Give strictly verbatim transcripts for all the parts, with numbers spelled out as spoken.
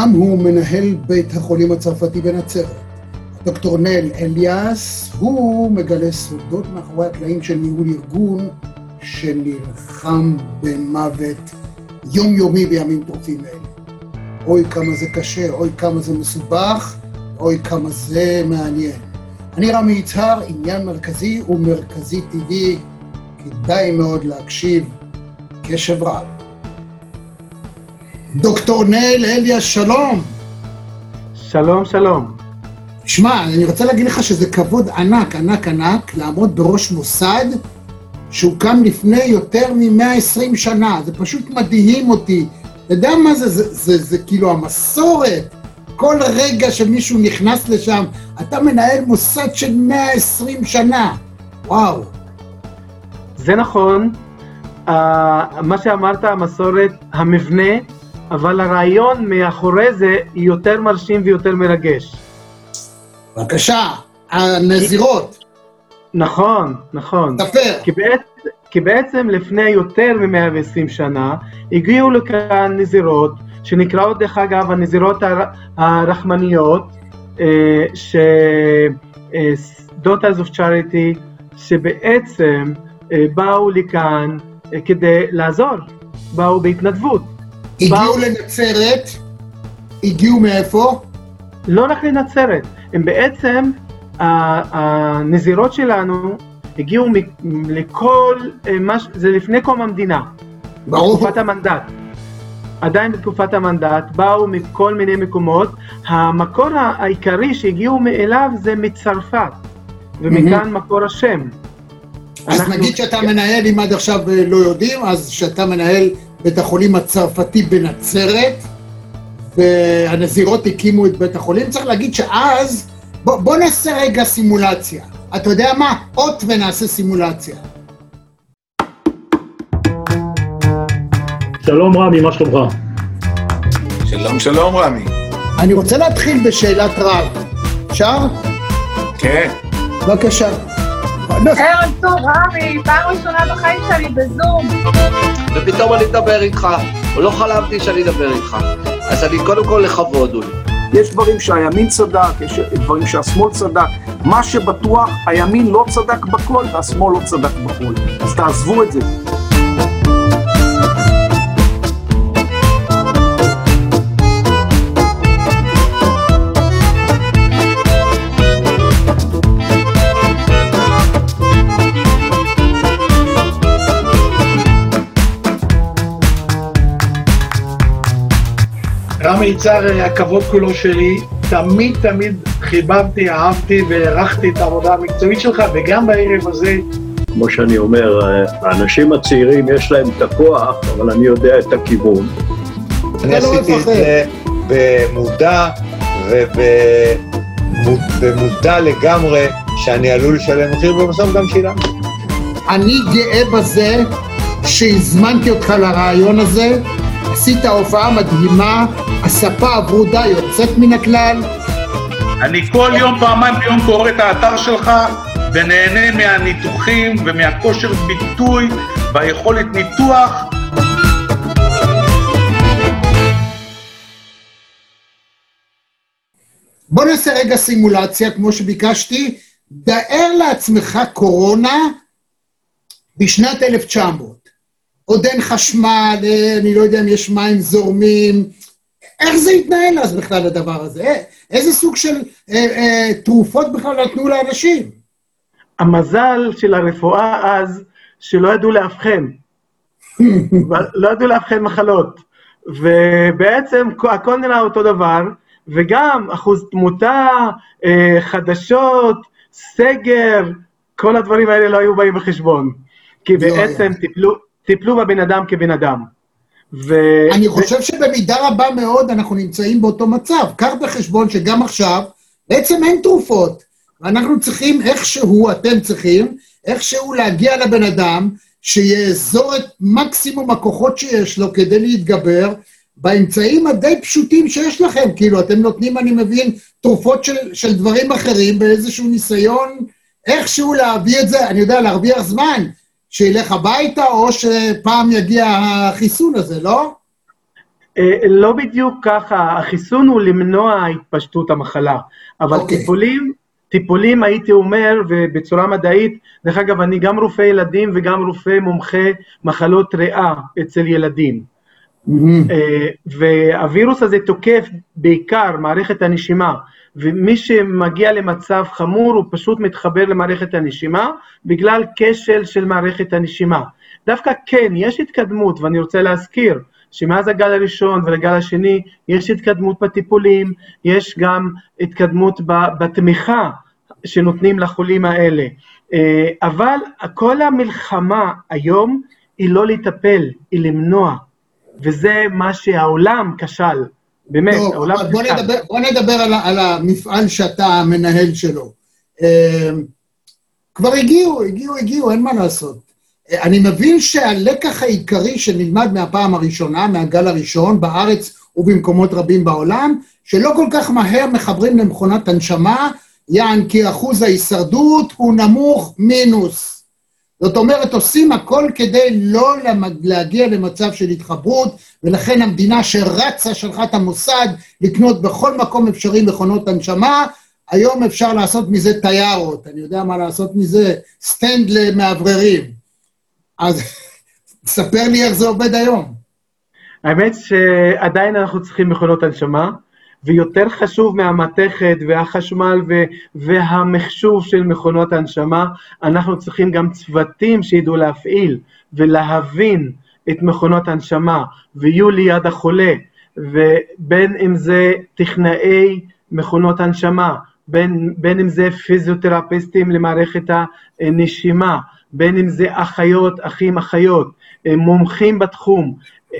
שלום, הוא מנהל בית החולים הצרפתי בנצרת. דוקטור נל אליאס, הוא מגלה סודות מאחורי הקלעים של ניהול ארגון שנלחם במוות יומיומי בימים טרופים אלה. אוי כמה זה קשה, אוי כמה זה מסובך, אוי כמה זה מעניין. אני רמי יצהר, עניין מרכזי ומרכזי טבעי, כדאי מאוד להקשיב קשב רב. דוקטור נל אליאס, שלום. שלום, שלום. שמע, אני רוצה להגיד לך שזה כבוד ענק, ענק, ענק, לעמוד בראש מוסד שהוקם לפני יותר מ-מאה ועשרים שנה. זה פשוט מדהים אותי. אתה יודע מה זה? זה, זה, זה, זה כאילו המסורת. כל רגע שמישהו נכנס לשם, אתה מנהל מוסד של מאה ועשרים שנה. וואו. זה נכון. Uh, מה שאמרת, המסורת, המבנה, אבל הרעיון מאחורי זה יותר מרשים ויותר מרגש. בבקשה, הנזירות. נכון, נכון. תפר. כי, בעצ... כי בעצם לפני יותר מ-מאה ועשרים שנה, הגיעו לכאן נזירות, שנקראות דרך אגב הנזירות הר... הרחמניות, ש... Daughters of Charity, שבעצם באו לכאן כדי לעזור, באו בהתנדבות. הגיעו באו... לנצרת, הגיעו מאיפה? לא רק לנצרת, הם בעצם, הנזירות שלנו הגיעו לכל, זה לפני קום המדינה, ברור. בתקופת המנדט, עדיין בתקופת המנדט, באו מכל מיני מקומות, המקור העיקרי שהגיעו מאליו זה מצרפת, ומכאן mm-hmm. מקור השם. אז אנחנו... נגיד שאתה מנהל, אם עד עכשיו לא יודעים, אז שאתה מנהל בית החולים הצרפתי בנצרת, והנזירות הקימו את בית החולים. צריך להגיד שאז, בוא, בוא נעשה רגע סימולציה. אתה יודע מה? אות ונעשה סימולציה. שלום רמי, מה שלומך? שלום, שלום רמי. אני רוצה להתחיל בשאלת רב. אפשר? כן. בבקשה. ערב טוב רמי, פעם ראשונה בחיים שלי בזום. ופתאום אני אדבר איתך, לא חלמתי שאני אדבר איתך. אז אני קודם כל לכבוד, אולי. יש דברים שהימין צדק, יש דברים שהשמאל צדק. מה שבטוח, הימין לא צדק בכל והשמאל לא צדק בכל. אז תעזבו את זה. רמי יצהר, הכבוד כולו שלי, תמיד תמיד חיבבתי, אהבתי והערכתי את העבודה המקצועית שלך, וגם בערב הזה, כמו שאני אומר, האנשים הצעירים יש להם את הכוח, אבל אני יודע את הכיוון. אני עשיתי את זה במודע ובמודע לגמרי שאני עלול לשלם מחיר, ובסוף גם שילם. אני גאה בזה שהזמנתי אותך לרעיון הזה, עשית הופעה מדהימה, הספה הברודה יוצאת מן הכלל. אני כל יום, פעמיים ביום קורא את האתר שלך, ונהנה מהניתוחים ומהכושר ביטוי והיכולת ניתוח. בוא נעשה רגע סימולציה, כמו שביקשתי, דאר לעצמך קורונה בשנת אלף תשע מאות. עוד אין חשמל, אני לא יודע אם יש מים זורמים, איך זה יתנהל אז בכלל הדבר הזה? איזה סוג של אה, אה, תרופות בכלל נתנו לאנשים? המזל של הרפואה אז, שלא ידעו לאבחן, לא ידעו לאבחן מחלות, ובעצם הכל נראה אותו דבר, וגם אחוז תמותה, אה, חדשות, סגר, כל הדברים האלה לא היו באים בחשבון, כי בעצם טיפלו, טיפלו בבן אדם כבן אדם. ו... אני חושב ו... שבמידה רבה מאוד אנחנו נמצאים באותו מצב. קח בחשבון שגם עכשיו בעצם אין תרופות, ואנחנו צריכים איכשהו, אתם צריכים, איכשהו להגיע לבן אדם שיאזור את מקסימום הכוחות שיש לו כדי להתגבר, באמצעים הדי פשוטים שיש לכם, כאילו אתם נותנים, אני מבין, תרופות של, של דברים אחרים באיזשהו ניסיון, איכשהו להביא את זה, אני יודע, להרוויח זמן, שילך הביתה, או שפעם יגיע החיסון הזה, לא? לא בדיוק ככה, החיסון הוא למנוע התפשטות המחלה, אבל אוקיי. טיפולים, טיפולים הייתי אומר, ובצורה מדעית, דרך אגב אני גם רופא ילדים וגם רופא מומחה מחלות ריאה אצל ילדים. והווירוס הזה תוקף בעיקר מערכת הנשימה, ומי שמגיע למצב חמור הוא פשוט מתחבר למערכת הנשימה בגלל כשל של מערכת הנשימה. דווקא כן, יש התקדמות, ואני רוצה להזכיר שמאז הגל הראשון ולגל השני יש התקדמות בטיפולים, יש גם התקדמות בתמיכה שנותנים לחולים האלה, אבל כל המלחמה היום היא לא לטפל, היא למנוע, וזה מה שהעולם כשל, באמת, טוב, העולם בוא כשל. נדבר, בוא נדבר על, על המפעל שאתה המנהל שלו. כבר הגיעו, הגיעו, הגיעו, אין מה לעשות. אני מבין שהלקח העיקרי שנלמד מהפעם הראשונה, מהגל הראשון, בארץ ובמקומות רבים בעולם, שלא כל כך מהר מחברים למכונת הנשמה, יען כי אחוז ההישרדות הוא נמוך מינוס. זאת אומרת, עושים הכל כדי לא להגיע למצב של התחברות, ולכן המדינה שרצה שלחה את המוסד לקנות בכל מקום אפשרי מכונות הנשמה, היום אפשר לעשות מזה טיירות, אני יודע מה לעשות מזה, סטנד למעבררים. אז ספר לי איך זה עובד היום. האמת שעדיין אנחנו צריכים מכונות הנשמה, ויותר חשוב מהמתכת והחשמל והמחשוב של מכונות הנשמה, אנחנו צריכים גם צוותים שידעו להפעיל ולהבין את מכונות הנשמה, ויהיו ליד החולה, ובין אם זה טכנאי מכונות הנשמה, בין, בין אם זה פיזיותרפיסטים למערכת הנשימה, בין אם זה אחיות, אחים, אחיות, מומחים בתחום.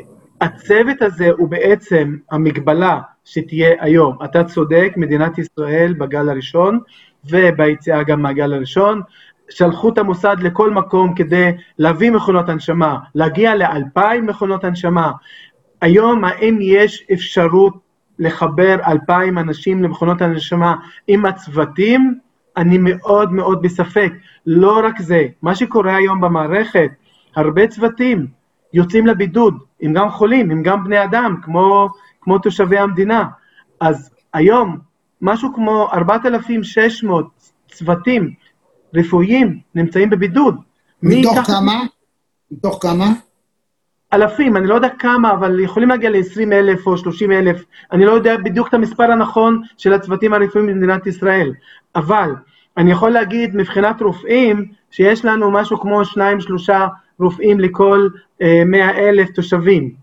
הצוות הזה הוא בעצם המגבלה שתהיה היום. אתה צודק, מדינת ישראל בגל הראשון, וביציאה גם מהגל הראשון, שלחו את המוסד לכל מקום כדי להביא מכונות הנשמה, להגיע לאלפיים מכונות הנשמה. היום האם יש אפשרות לחבר אלפיים אנשים למכונות הנשמה עם הצוותים? אני מאוד מאוד בספק. לא רק זה, מה שקורה היום במערכת, הרבה צוותים יוצאים לבידוד, הם גם חולים, הם גם בני אדם, כמו, כמו תושבי המדינה. אז היום, משהו כמו ארבעת אלפים ושש מאות צוותים רפואיים נמצאים בבידוד. מתוך כמה? מתוך כמה? אלפים, אני לא יודע כמה, אבל יכולים להגיע ל-עשרים אלף או שלושים אלף, אני לא יודע בדיוק את המספר הנכון של הצוותים הרפואיים במדינת ישראל, אבל אני יכול להגיד מבחינת רופאים, שיש לנו משהו כמו שניים, שלושה רופאים לכל אה, מאה אלף תושבים,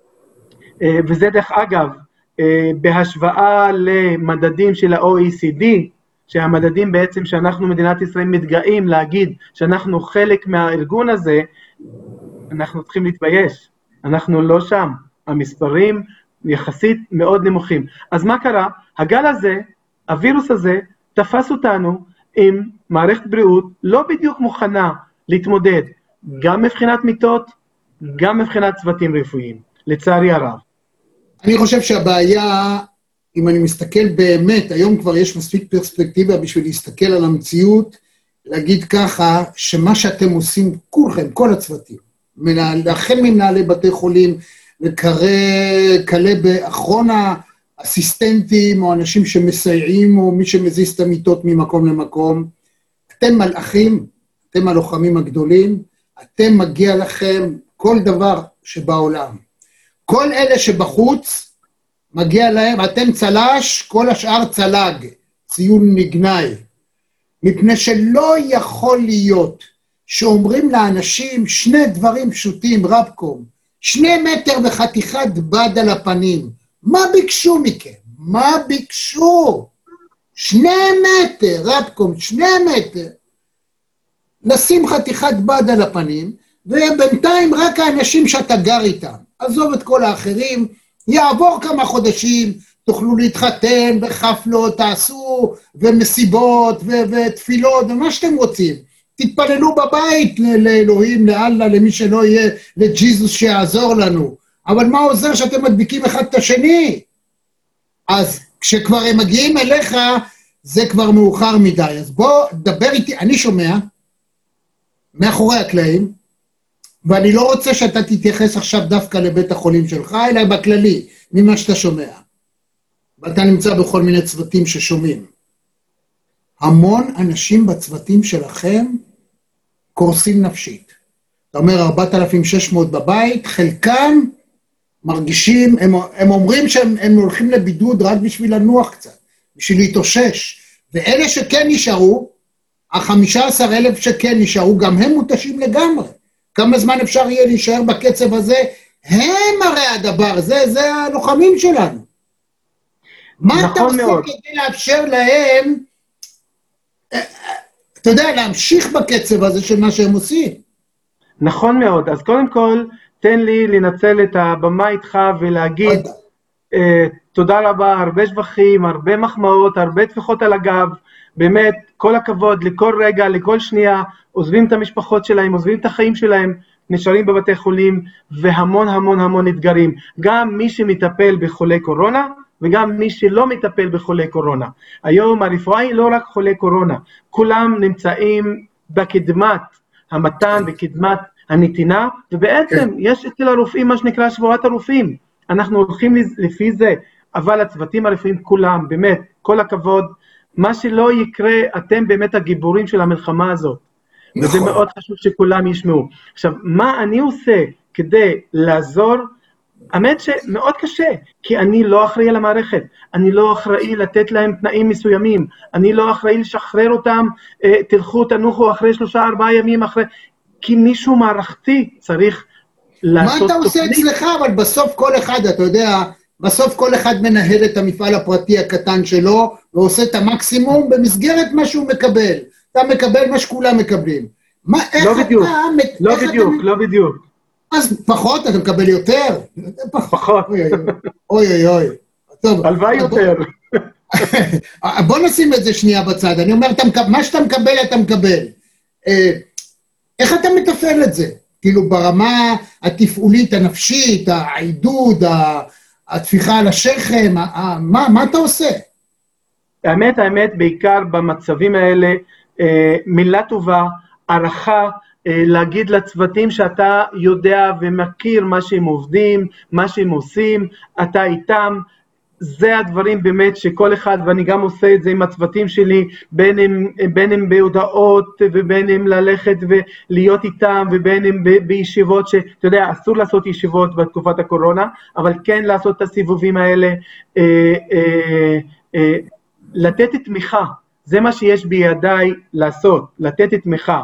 אה, וזה דרך אגב, אה, בהשוואה למדדים של ה-או אי סי די, שהמדדים בעצם שאנחנו מדינת ישראל מתגאים להגיד שאנחנו חלק מהארגון הזה, אנחנו צריכים להתבייש, אנחנו לא שם, המספרים יחסית מאוד נמוכים. אז מה קרה? הגל הזה, הווירוס הזה, תפס אותנו עם מערכת בריאות לא בדיוק מוכנה להתמודד, גם מבחינת מיטות, גם מבחינת צוותים רפואיים, לצערי הרב. אני חושב שהבעיה, אם אני מסתכל באמת, היום כבר יש מספיק פרספקטיבה בשביל להסתכל על המציאות, להגיד ככה, שמה שאתם עושים, כולכם, כל הצוותים, החל ממנהלי בתי חולים, וכלה באחרון האסיסטנטים, או אנשים שמסייעים, או מי שמזיז את המיטות ממקום למקום, אתם מלאכים, אתם הלוחמים הגדולים, אתם מגיע לכם כל דבר שבעולם. כל אלה שבחוץ, מגיע להם, אתם צלש, כל השאר צלג, ציון נגנאי. מפני שלא יכול להיות שאומרים לאנשים שני דברים פשוטים, רבקום, שני מטר וחתיכת בד על הפנים. מה ביקשו מכם? מה ביקשו? שני מטר, רבקום, שני מטר. לשים חתיכת בד על הפנים, ובינתיים רק האנשים שאתה גר איתם. עזוב את כל האחרים, יעבור כמה חודשים, תוכלו להתחתן בחפלות, תעשו, ומסיבות, ו- ותפילות, ומה שאתם רוצים. תתפללו בבית לאלוהים, לאללה, למי שלא יהיה, לג'יזוס שיעזור לנו. אבל מה עוזר שאתם מדביקים אחד את השני? אז כשכבר הם מגיעים אליך, זה כבר מאוחר מדי. אז בוא, דבר איתי, אני שומע, מאחורי הקלעים, ואני לא רוצה שאתה תתייחס עכשיו דווקא לבית החולים שלך, אלא בכללי, ממה שאתה שומע. ואתה נמצא בכל מיני צוותים ששומעים. המון אנשים בצוותים שלכם קורסים נפשית. אתה אומר ארבעת אלפים ושש מאות בבית, חלקם מרגישים, הם, הם אומרים שהם הם הולכים לבידוד רק בשביל לנוח קצת, בשביל להתאושש. ואלה שכן נשארו, ה-חמישה עשר אלף שכן נשארו, גם הם מותשים לגמרי. כמה זמן אפשר יהיה להישאר בקצב הזה? הם הרי הדבר, זה, זה הלוחמים שלנו. מה נכון אתה עושה מאוד. כדי לאפשר להם, אתה יודע, להמשיך בקצב הזה של מה שהם עושים? נכון מאוד, אז קודם כל, תן לי לנצל את הבמה איתך ולהגיד, uh, תודה רבה, הרבה שבחים, הרבה מחמאות, הרבה טפיחות על הגב, באמת, כל הכבוד, לכל רגע, לכל שנייה, עוזבים את המשפחות שלהם, עוזבים את החיים שלהם, נשארים בבתי חולים, והמון המון המון אתגרים. גם מי שמטפל בחולי קורונה, וגם מי שלא מטפל בחולי קורונה. היום הרפואה היא לא רק חולי קורונה, כולם נמצאים בקדמת המתן, בקדמת הנתינה, ובעצם יש אצל הרופאים מה שנקרא שבועת הרופאים. אנחנו הולכים לפי זה, אבל הצוותים הרפואיים כולם, באמת, כל הכבוד, מה שלא יקרה, אתם באמת הגיבורים של המלחמה הזאת. נכון. וזה מאוד חשוב שכולם ישמעו. עכשיו, מה אני עושה כדי לעזור? האמת שמאוד קשה, כי אני לא אחראי על המערכת, אני לא אחראי לתת להם תנאים מסוימים, אני לא אחראי לשחרר אותם, תלכו, תנוחו אחרי שלושה, ארבעה ימים אחרי, כי מישהו מערכתי צריך לעשות תוכנית. מה אתה עושה אצלך? אבל בסוף כל אחד, אתה יודע, בסוף כל אחד מנהל את המפעל הפרטי הקטן שלו, ועושה את המקסימום במסגרת מה שהוא מקבל. אתה מקבל מה שכולם מקבלים. מה, איך לא בדיוק, אתה, לא איך בדיוק, אתה... לא בדיוק. אז פחות, אתה מקבל יותר? פחות. אוי אוי אוי. טוב. הלוואי יותר. בוא נשים את זה שנייה בצד. אני אומר, מה שאתה מקבל, אתה מקבל. איך אתה מתפעל את זה? כאילו ברמה התפעולית, הנפשית, העידוד, התפיחה על השכם, מה, מה אתה עושה? האמת, האמת, בעיקר במצבים האלה, מילה טובה, הערכה, להגיד לצוותים שאתה יודע ומכיר מה שהם עובדים, מה שהם עושים, אתה איתם, זה הדברים באמת שכל אחד, ואני גם עושה את זה עם הצוותים שלי, בין אם, בין אם בהודעות, ובין אם ללכת ולהיות איתם, ובין אם ב, בישיבות, שאתה יודע, אסור לעשות ישיבות בתקופת הקורונה, אבל כן לעשות את הסיבובים האלה, אה, אה, אה, לתת תמיכה, זה מה שיש בידיי לעשות, לתת תמיכה.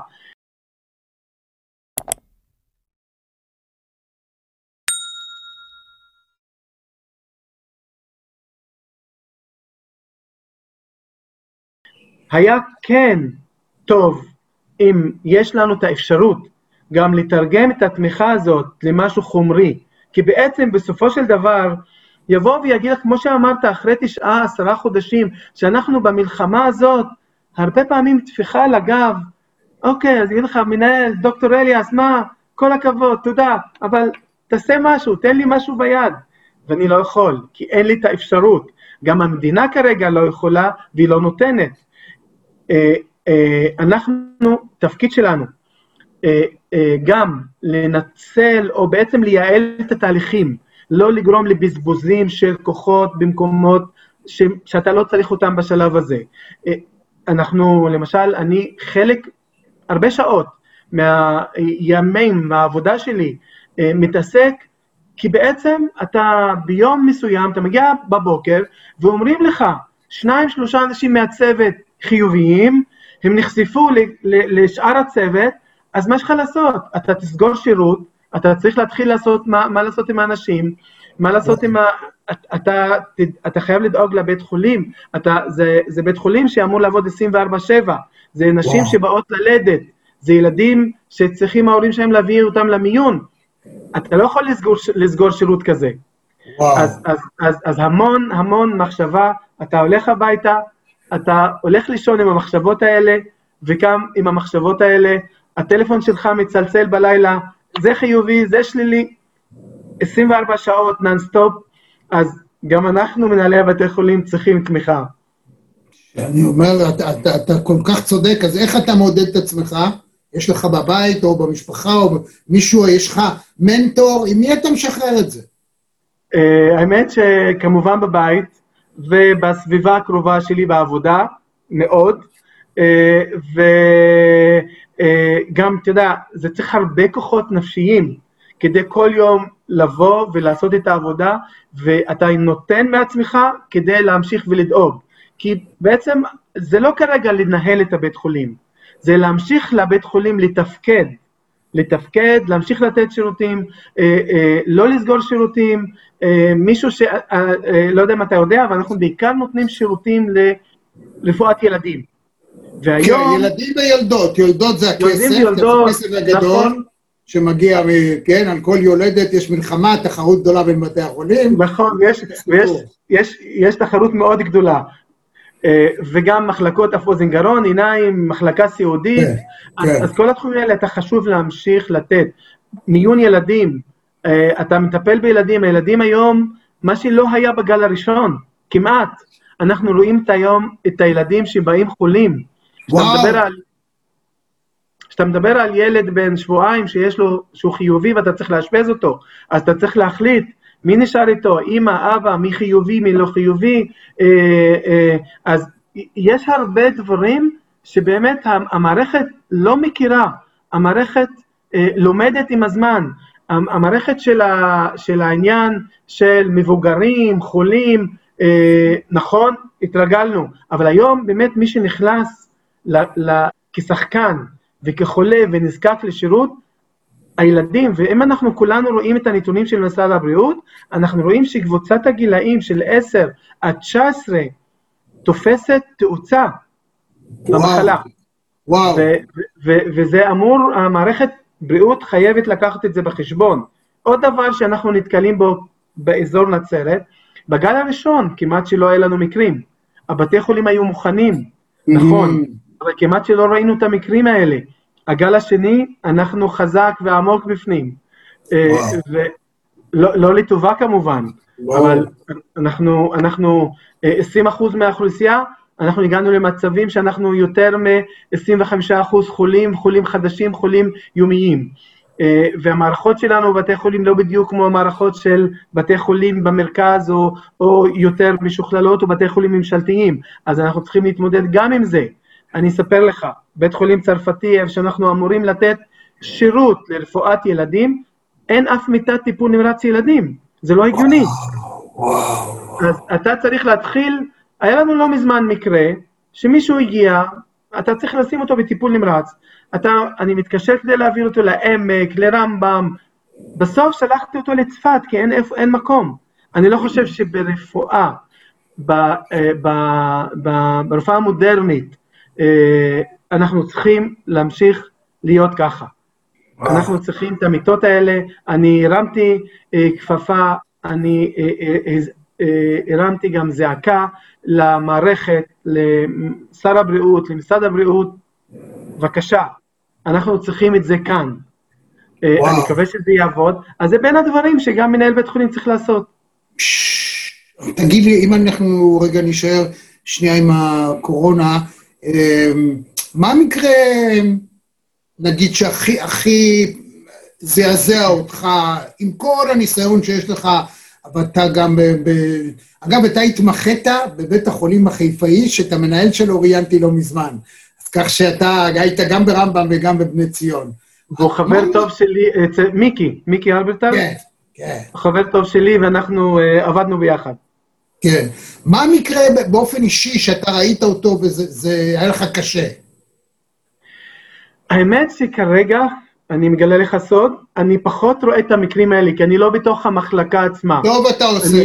היה כן טוב אם יש לנו את האפשרות גם לתרגם את התמיכה הזאת למשהו חומרי, כי בעצם בסופו של דבר יבוא ויגיד לך, כמו שאמרת, אחרי תשעה, עשרה חודשים, שאנחנו במלחמה הזאת, הרבה פעמים תפיחה על הגב, אוקיי, אז יגיד לך, מנהל, דוקטור אליאס, מה, כל הכבוד, תודה, אבל תעשה משהו, תן לי משהו ביד, ואני לא יכול, כי אין לי את האפשרות, גם המדינה כרגע לא יכולה, והיא לא נותנת. אנחנו, תפקיד שלנו, גם לנצל, או בעצם לייעל את התהליכים, לא לגרום לבזבוזים של כוחות במקומות ש, שאתה לא צריך אותם בשלב הזה. אנחנו, למשל, אני חלק, הרבה שעות מהימים, מהעבודה שלי, מתעסק, כי בעצם אתה ביום מסוים, אתה מגיע בבוקר, ואומרים לך, שניים, שלושה אנשים מהצוות חיוביים, הם נחשפו לשאר הצוות, אז מה יש לך לעשות? אתה תסגור שירות, אתה צריך להתחיל לעשות מה, מה לעשות עם האנשים, מה לעשות עם ה... אתה, אתה חייב לדאוג לבית חולים, אתה, זה, זה בית חולים שאמור לעבוד עשרים וארבע שבע, זה נשים וואו. שבאות ללדת, זה ילדים שצריכים ההורים שלהם להביא אותם למיון, אתה לא יכול לסגור, לסגור שירות כזה. אז, אז, אז, אז המון המון מחשבה, אתה הולך הביתה, אתה הולך לישון עם המחשבות האלה, וגם עם המחשבות האלה, הטלפון שלך מצלצל בלילה, זה חיובי, זה שלילי, עשרים וארבע שעות נונסטופ, אז גם אנחנו מנהלי בתי חולים צריכים תמיכה. אני אומר, אתה, אתה, אתה כל כך צודק, אז איך אתה מעודד את עצמך? יש לך בבית או במשפחה או מישהו, יש לך מנטור, עם מי אתה משחרר את זה? האמת שכמובן בבית ובסביבה הקרובה שלי בעבודה, מאוד, וגם, אתה יודע, זה צריך הרבה כוחות נפשיים, כדי כל יום לבוא ולעשות את העבודה, ואתה נותן מעצמך כדי להמשיך ולדאוג, כי בעצם זה לא כרגע לנהל את הבית חולים, זה להמשיך לבית חולים לתפקד, לתפקד, להמשיך לתת שירותים, לא לסגור שירותים, מישהו ש... לא יודע אם אתה יודע, אבל אנחנו בעיקר נותנים שירותים לרפואת ילדים. והיום... ילדים וילדות, ילדות זה הכסף, הכסף הגדול, שמגיע, כן, על כל יולדת יש מלחמה, תחרות גדולה בין בתי החולים. נכון, יש תחרות מאוד גדולה. וגם מחלקות אף אוזן גרון, עיניים, מחלקה סיעודית, אז כל התחומים האלה אתה חשוב להמשיך לתת. מיון ילדים, אתה מטפל בילדים, הילדים היום, מה שלא היה בגל הראשון, כמעט, אנחנו רואים את היום את הילדים שבאים חולים. כשאתה מדבר על, כשאתה מדבר על ילד בן שבועיים שיש לו, שהוא חיובי ואתה צריך לאשפז אותו, אז אתה צריך להחליט מי נשאר איתו, אמא, אבא, מי חיובי, מי לא חיובי, אז יש הרבה דברים שבאמת המערכת לא מכירה, המערכת לומדת עם הזמן, המערכת של, ה, של העניין של מבוגרים, חולים, נכון, התרגלנו, אבל היום באמת מי שנכנס ל, ל, כשחקן וכחולה ונזקק לשירות, הילדים, ואם אנחנו כולנו רואים את הנתונים של משרד הבריאות, אנחנו רואים שקבוצת הגילאים של עשר עד תשע עשרה תופסת תאוצה במחלה. וואו. ו- ו- וזה אמור, המערכת בריאות חייבת לקחת את זה בחשבון. עוד דבר שאנחנו נתקלים בו באזור נצרת, בגל הראשון כמעט שלא היה לנו מקרים. הבתי חולים היו מוכנים, נכון, אבל כמעט שלא ראינו את המקרים האלה. הגל השני, אנחנו חזק ועמוק בפנים, ולא לא לטובה כמובן, וואו. אבל אנחנו, אנחנו עשרים אחוז מהאוכלוסייה, אנחנו הגענו למצבים שאנחנו יותר מ-עשרים וחמישה אחוז חולים, חולים חדשים, חולים יומיים, והמערכות שלנו בבתי חולים לא בדיוק כמו המערכות של בתי חולים במרכז, או, או יותר משוכללות, או בתי חולים ממשלתיים, אז אנחנו צריכים להתמודד גם עם זה. אני אספר לך, בית חולים צרפתי, שאנחנו אמורים לתת שירות לרפואת ילדים, אין אף מיטת טיפול נמרץ ילדים, זה לא הגיוני. אז אתה צריך להתחיל, היה לנו לא מזמן מקרה, שמישהו הגיע, אתה צריך לשים אותו בטיפול נמרץ, אתה, אני מתקשר כדי להעביר אותו לעמק, לרמב"ם, בסוף שלחתי אותו לצפת, כי אין, אין מקום. אני לא חושב שברפואה, ב, ב, ב, ברפואה המודרנית, אנחנו צריכים להמשיך להיות ככה. אנחנו צריכים את המיטות האלה, אני הרמתי כפפה, אני הרמתי גם זעקה למערכת, לשר הבריאות, למשרד הבריאות, בבקשה, אנחנו צריכים את זה כאן. וואו. אני מקווה שזה יעבוד, אז זה בין הדברים שגם מנהל בית חולים צריך לעשות. תגיד לי, אם אנחנו רגע נשאר שנייה עם הקורונה, מה המקרה, נגיד שהכי הכי זעזע אותך, עם כל הניסיון שיש לך, אבל אתה גם, ב, ב, אגב, אתה התמחית בבית החולים החיפאי, שאתה מנהל שלו ראיינתי לא מזמן, אז כך שאתה היית גם ברמב"ם וגם בבני ציון. והוא חבר טוב שלי, מיקי, מיקי אלברטל? כן, כן. חבר טוב שלי ואנחנו עבדנו ביחד. כן. מה המקרה באופן אישי שאתה ראית אותו וזה היה לך קשה? האמת שכרגע, אני מגלה לך סוד, אני פחות רואה את המקרים האלה, כי אני לא בתוך המחלקה עצמה. טוב אתה עושה.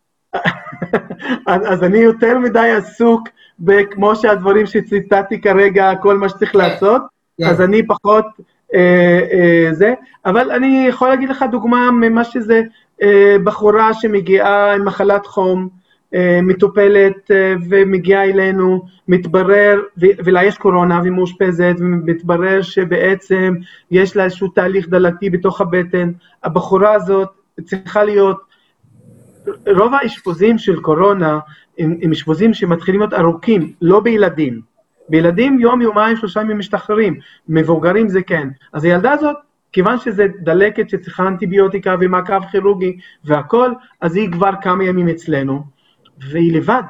אז אני יותר מדי עסוק, כמו שהדברים שציטטתי כרגע, כל מה שצריך לעשות, אז אני פחות זה, אבל אני יכול להגיד לך דוגמה ממה שזה, בחורה שמגיעה עם מחלת חום, מטופלת ומגיעה אלינו, מתברר, ולה יש קורונה והיא מאושפזת, ומתברר שבעצם יש לה איזשהו תהליך דלקתי בתוך הבטן, הבחורה הזאת צריכה להיות, רוב האשפוזים של קורונה, הם אשפוזים שמתחילים להיות ארוכים, לא בילדים, בילדים יום, יומיים, שלושה ימים משתחררים, מבוגרים זה כן. אז הילדה הזאת, כיוון שזה דלקת שצריכה אנטיביוטיקה ומעקב כירורגי והכל, אז היא כבר כמה ימים אצלנו, והיא לבד.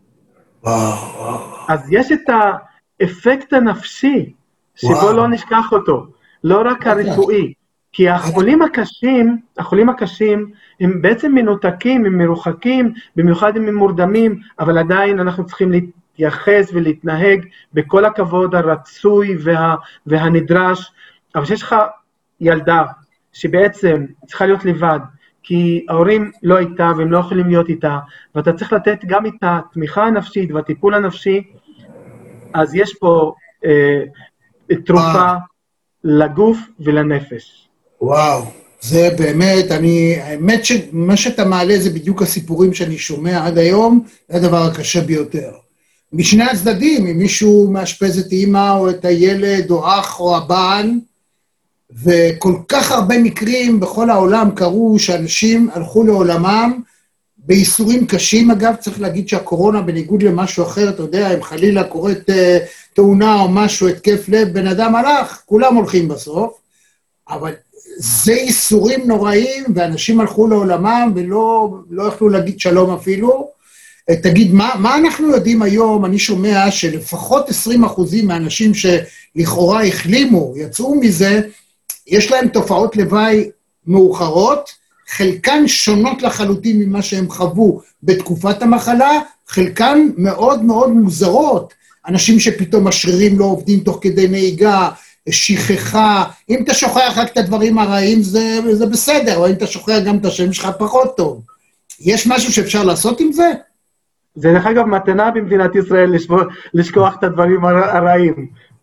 וואו. אז יש את האפקט הנפשי, שבו וואו. לא נשכח אותו, לא רק הרפואי, כי החולים הקשים, החולים הקשים, הם בעצם מנותקים, הם מרוחקים, במיוחד הם מורדמים, אבל עדיין אנחנו צריכים להתייחס ולהתנהג בכל הכבוד הרצוי וה, והנדרש, אבל שיש לך ילדה שבעצם צריכה להיות לבד, כי ההורים לא איתה והם לא יכולים להיות איתה, ואתה צריך לתת גם את התמיכה הנפשית והטיפול הנפשי, אז יש פה אה, תרופה לגוף ולנפש. וואו, זה באמת, אני, האמת שמה שאתה מעלה זה בדיוק הסיפורים שאני שומע עד היום, זה הדבר הקשה ביותר. משני הצדדים, אם מישהו מאשפז את אמא או את הילד או אח או הבן, וכל כך הרבה מקרים בכל העולם קרו שאנשים הלכו לעולמם בייסורים קשים. אגב, צריך להגיד שהקורונה בניגוד למשהו אחר, אתה יודע, אם חלילה קורית אה, תאונה או משהו, התקף לב, בן אדם הלך, כולם הולכים בסוף, אבל זה ייסורים נוראים, ואנשים הלכו לעולמם ולא לא יכלו להגיד שלום אפילו. תגיד, מה, מה אנחנו יודעים היום? אני שומע שלפחות עשרים אחוזים מהאנשים שלכאורה החלימו, יצאו מזה, יש להם תופעות לוואי מאוחרות, חלקן שונות לחלוטין ממה שהם חוו בתקופת המחלה, חלקן מאוד מאוד מוזרות, אנשים שפתאום השרירים לא עובדים תוך כדי נהיגה, שכחה, אם אתה שוכח רק את הדברים הרעים זה, זה בסדר, או אם אתה שוכח גם את השם שלך פחות טוב. יש משהו שאפשר לעשות עם זה? זה דרך אגב מתנה במדינת ישראל לשכוח את הדברים הרעים.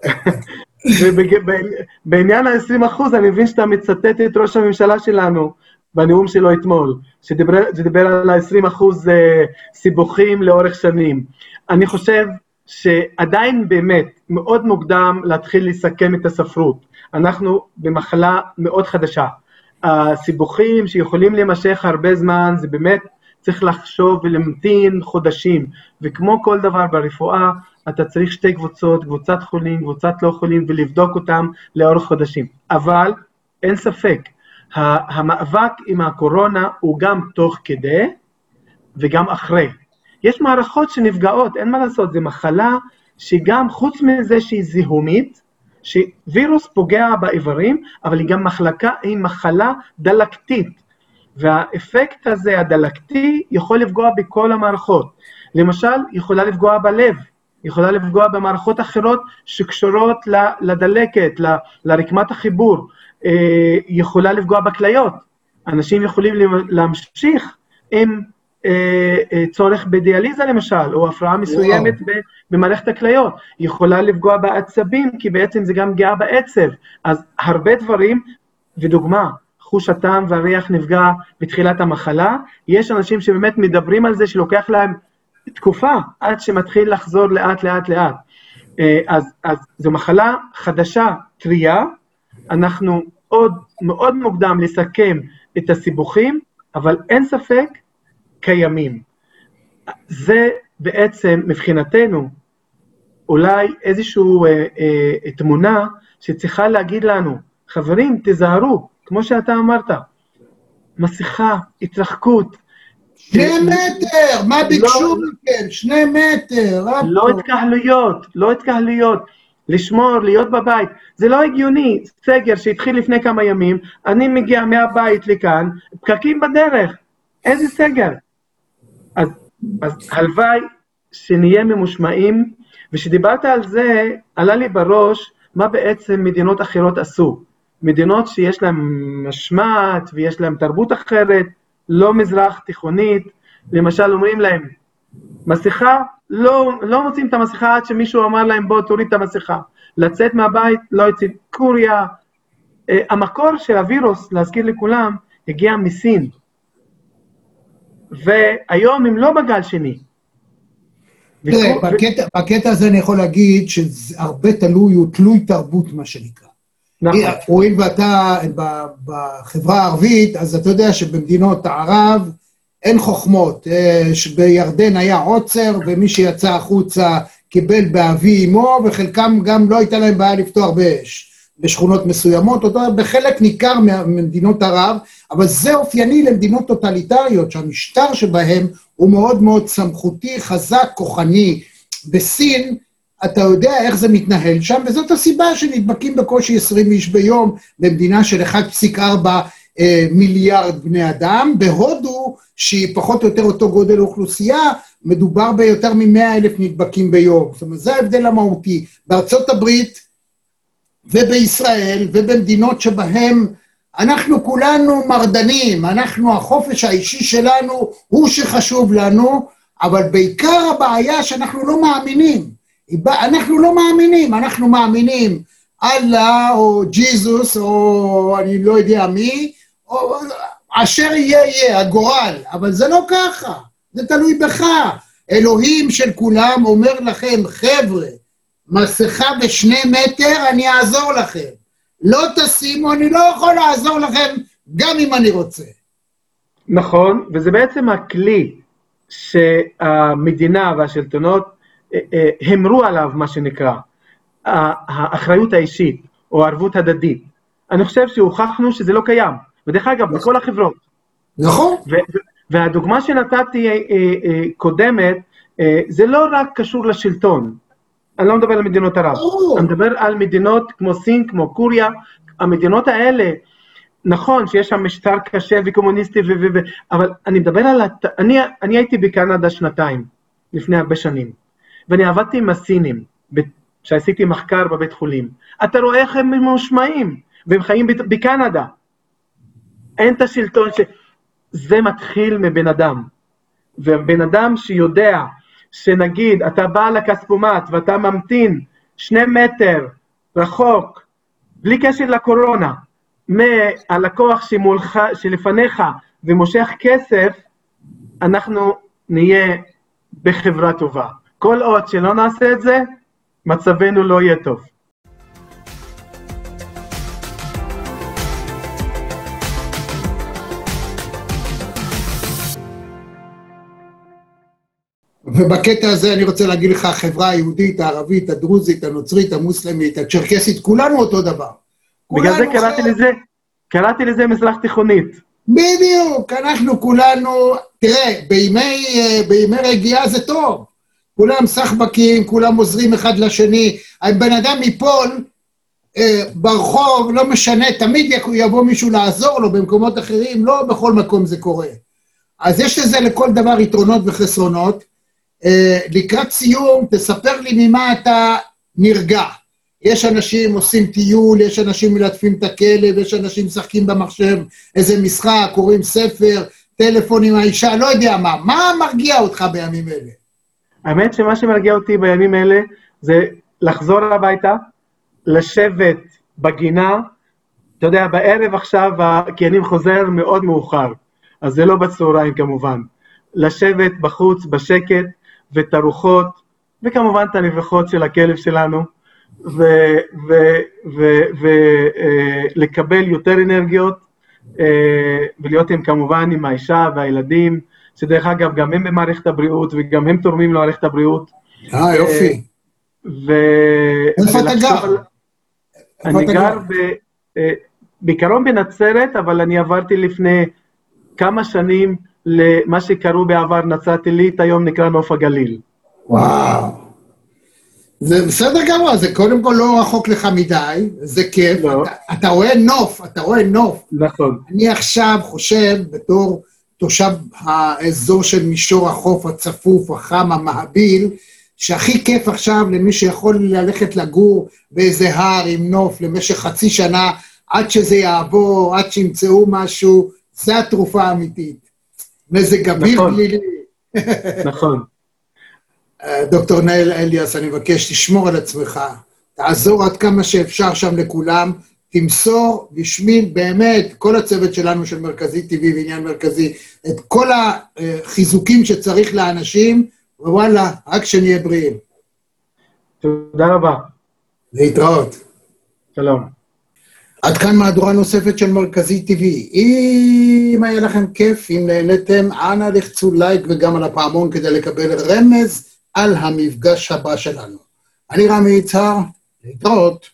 ובעניין ה-עשרים אחוז, אני מבין שאתה מצטט את ראש הממשלה שלנו, בנאום שלו אתמול, שדיבר על ה-עשרים אחוז סיבוכים לאורך שנים. אני חושב שעדיין באמת מאוד מוקדם להתחיל לסכם את הספרות. אנחנו במחלה מאוד חדשה. הסיבוכים שיכולים להימשך הרבה זמן, זה באמת צריך לחשוב ולמתין חודשים, וכמו כל דבר ברפואה, אתה צריך שתי קבוצות, קבוצת חולים, קבוצת לא חולים, ולבדוק אותם לאורך חודשים. אבל אין ספק, המאבק עם הקורונה הוא גם תוך כדי וגם אחרי. יש מערכות שנפגעות, אין מה לעשות, זה מחלה שגם חוץ מזה שהיא זיהומית, שווירוס פוגע באיברים, אבל היא גם מחלקה, היא מחלה דלקתית, והאפקט הזה הדלקתי יכול לפגוע בכל המערכות. למשל, יכולה לפגוע בלב, יכולה לפגוע במערכות אחרות שקשורות לדלקת, לרקמת החיבור, יכולה לפגוע בכליות. אנשים יכולים להמשיך עם צורך בדיאליזה למשל, או הפרעה מסוימת במערכת הכליות. יכולה לפגוע בעצבים, כי בעצם זה גם פגיעה בעצב. אז הרבה דברים, ודוגמה, חוש הטעם והריח נפגע בתחילת המחלה, יש אנשים שבאמת מדברים על זה שלוקח להם תקופה עד שמתחיל לחזור לאט לאט לאט. אז, אז זו מחלה חדשה, טריה, אנחנו עוד מאוד מוקדם לסכם את הסיבוכים, אבל אין ספק קיימים. זה בעצם מבחינתנו אולי איזושהי אה, אה, תמונה שצריכה להגיד לנו, חברים תזהרו, כמו שאתה אמרת, מסכה, התרחקות. שני מטר, מה ביקשו מכם? שני מטר. לא התקהלויות, לא התקהלויות, לשמור, להיות בבית. זה לא הגיוני, סגר שהתחיל לפני כמה ימים, אני מגיע מהבית לכאן, פקקים בדרך, איזה סגר? אז, אז הלוואי שנהיה ממושמעים, ושדיברת על זה, עלה לי בראש, מה בעצם מדינות אחרות עשו. מדינות שיש להן משמעת ויש להן תרבות אחרת, לא מזרח תיכונית, למשל אומרים להם, מסכה, לא, לא מוצאים את המסכה עד שמישהו אמר להם בוא תוריד את המסכה, לצאת מהבית, לא יוצאים, קוריה, אה, המקור של הווירוס, להזכיר לכולם, הגיע מסין, והיום הם לא בגל שני. תראה, בקטע, בקטע הזה אני יכול להגיד שהרבה תלוי, הוא תלוי תרבות מה שנקרא. הואיל ואתה בחברה הערבית, אז אתה יודע שבמדינות הערב אין חוכמות, בירדן היה עוצר, ומי שיצא החוצה קיבל באבי אמו, וחלקם גם לא הייתה להם בעיה לפתוח באש, בשכונות מסוימות, אותו בחלק ניכר ממדינות ערב, אבל זה אופייני למדינות טוטליטריות, שהמשטר שבהם הוא מאוד מאוד סמכותי, חזק, כוחני. בסין, אתה יודע איך זה מתנהל שם, וזאת הסיבה שנדבקים בקושי עשרים איש ביום, במדינה של אחד נקודה ארבע אה, מיליארד בני אדם. בהודו, שהיא פחות או יותר אותו גודל אוכלוסייה, מדובר ביותר מ-מאה אלף נדבקים ביום. זאת אומרת, זה ההבדל המהותי. בארצות הברית ובישראל ובמדינות שבהם אנחנו כולנו מרדנים, אנחנו, החופש האישי שלנו הוא שחשוב לנו, אבל בעיקר הבעיה שאנחנו לא מאמינים. אנחנו לא מאמינים, אנחנו מאמינים אללה או ג'יזוס או אני לא יודע מי, או אשר יהיה יהיה, הגורל, אבל זה לא ככה, זה תלוי בך. אלוהים של כולם אומר לכם, חבר'ה, מסכה בשני מטר, אני אעזור לכם. לא תשימו, אני לא יכול לעזור לכם, גם אם אני רוצה. נכון, וזה בעצם הכלי שהמדינה והשלטונות המרו עליו, מה שנקרא, האחריות האישית, או הערבות הדדית. אני חושב שהוכחנו שזה לא קיים, ודרך אגב, בכל החברות. נכון. והדוגמה שנתתי קודמת, זה לא רק קשור לשלטון, אני לא מדבר על מדינות ערב, אני מדבר על מדינות כמו סין, כמו קוריה, המדינות האלה, נכון שיש שם משטר קשה וקומוניסטי, אבל אני מדבר על, אני הייתי בקנדה שנתיים, לפני הרבה שנים, ואני עבדתי עם הסינים, שעשיתי מחקר בבית חולים, אתה רואה איך הם ממושמעים, והם חיים בקנדה, אין את השלטון ש... זה מתחיל מבן אדם, ובן אדם שיודע שנגיד אתה בא לכספומט ואתה ממתין שני מטר רחוק, בלי קשר לקורונה, מהלקוח שמולך, שלפניך ומושך כסף, אנחנו נהיה בחברה טובה. כל עוד שלא נעשה את זה, מצבנו לא יהיה טוב. ובקטע הזה אני רוצה להגיד לך, החברה היהודית, הערבית, הדרוזית, הנוצרית, המוסלמית, הצ'רקסית, כולנו אותו דבר. בגלל זה קראתי לזה, קראתי לזה מזרח תיכונית. בדיוק, אנחנו כולנו, תראה, בימי, בימי רגיעה זה טוב. כולם סחבקים, כולם עוזרים אחד לשני. הבן אדם ייפול ברחוב, לא משנה, תמיד יבוא מישהו לעזור לו במקומות אחרים, לא בכל מקום זה קורה. אז יש לזה לכל דבר יתרונות וחסרונות. לקראת סיום, תספר לי ממה אתה נרגע. יש אנשים עושים טיול, יש אנשים מלטפים את הכלב, יש אנשים משחקים במחשב, איזה משחק, קוראים ספר, טלפון עם האישה, לא יודע מה. מה מרגיע אותך בימים אלה? האמת שמה שמרגיע אותי בימים אלה, זה לחזור הביתה, לשבת בגינה, אתה יודע, בערב עכשיו, כי אני חוזר מאוד מאוחר, אז זה לא בצהריים כמובן, לשבת בחוץ בשקט, ואת הרוחות, וכמובן את הנבחות של הכלב שלנו, ולקבל יותר אנרגיות, ולהיות עם כמובן עם האישה והילדים, שדרך אגב גם הם במערכת הבריאות, וגם הם תורמים למערכת הבריאות. אה, יופי. איפה אתה גר? אני גר בעיקרון בנצרת, אבל אני עברתי לפני כמה שנים, למה שקראו בעבר נצרת עילית, היום נקרא נוף הגליל. וואו. זה בסדר גמור, זה קודם כל לא רחוק לך מדי, זה כיף, לא. אתה, אתה רואה נוף, אתה רואה נוף. נכון. אני עכשיו חושב, בתור תושב האזור של מישור החוף הצפוף, החם, המהביל, שהכי כיף עכשיו למי שיכול ללכת לגור באיזה הר עם נוף למשך חצי שנה, עד שזה יעבור, עד שימצאו משהו, זה התרופה האמיתית. מזג אוויר גלילי. נכון. דוקטור נאיל אליאס, אני מבקש, תשמור על עצמך, תעזור עד כמה שאפשר שם לכולם, תמסור בשמי באמת, כל הצוות שלנו של מרכזי טבעי ועניין מרכזי, את כל החיזוקים שצריך לאנשים, ווואלה, רק שנהיה בריאים. תודה רבה. להתראות. שלום. עד כאן מהדורה נוספת של מרכזי טבעי. אם היה לכם כיף, אם נהנתם, אנא לחצו לייק וגם על הפעמון כדי לקבל רמז על המפגש הבא שלנו. אני רמי יצהר, להתראות.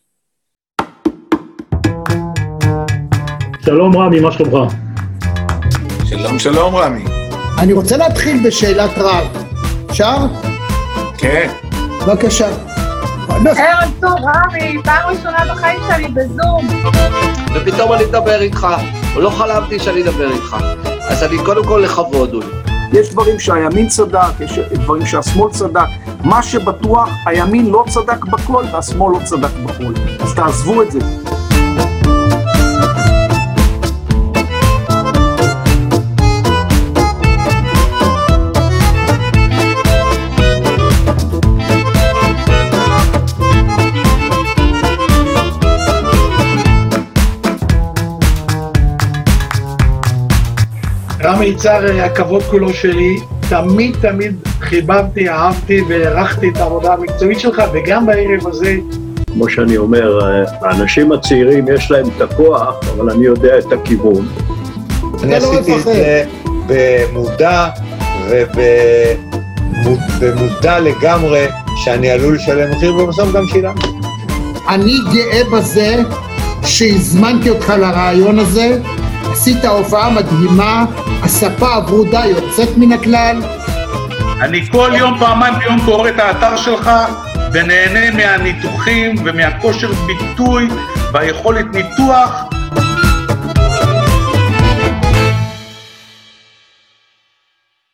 שלום רמי, מה שלומך? שלום שלום רמי. אני רוצה להתחיל בשאלת רב. אפשר? כן. בבקשה. ערב טוב, רמי, פעם ראשונה בחיים שלי בזום. ופתאום אני אדבר איתך, לא חלמתי שאני אדבר איתך. אז אני קודם כל לכבוד, אולי. יש דברים שהימין צדק, יש דברים שהשמאל צדק. מה שבטוח, הימין לא צדק בכל והשמאל לא צדק בכל. אז תעזבו את זה. רמי יצהר, הכבוד כולו שלי, תמיד תמיד חיבבתי, אהבתי והערכתי את העבודה המקצועית שלך, וגם בערב הזה, כמו שאני אומר, האנשים הצעירים יש להם את הכוח, אבל אני יודע את הכיוון. אני עשיתי את זה במודע ובמודע לגמרי שאני עלול לשלם מחיר, ובסוף גם שילמתי. אני גאה בזה שהזמנתי אותך לרעיון הזה, עשית הופעה מדהימה, הספה הברודה יוצאת מן הכלל. אני כל יום, פעמיים ביום קורא את האתר שלך ונהנה מהניתוחים ומהכושר ביטוי והיכולת ניתוח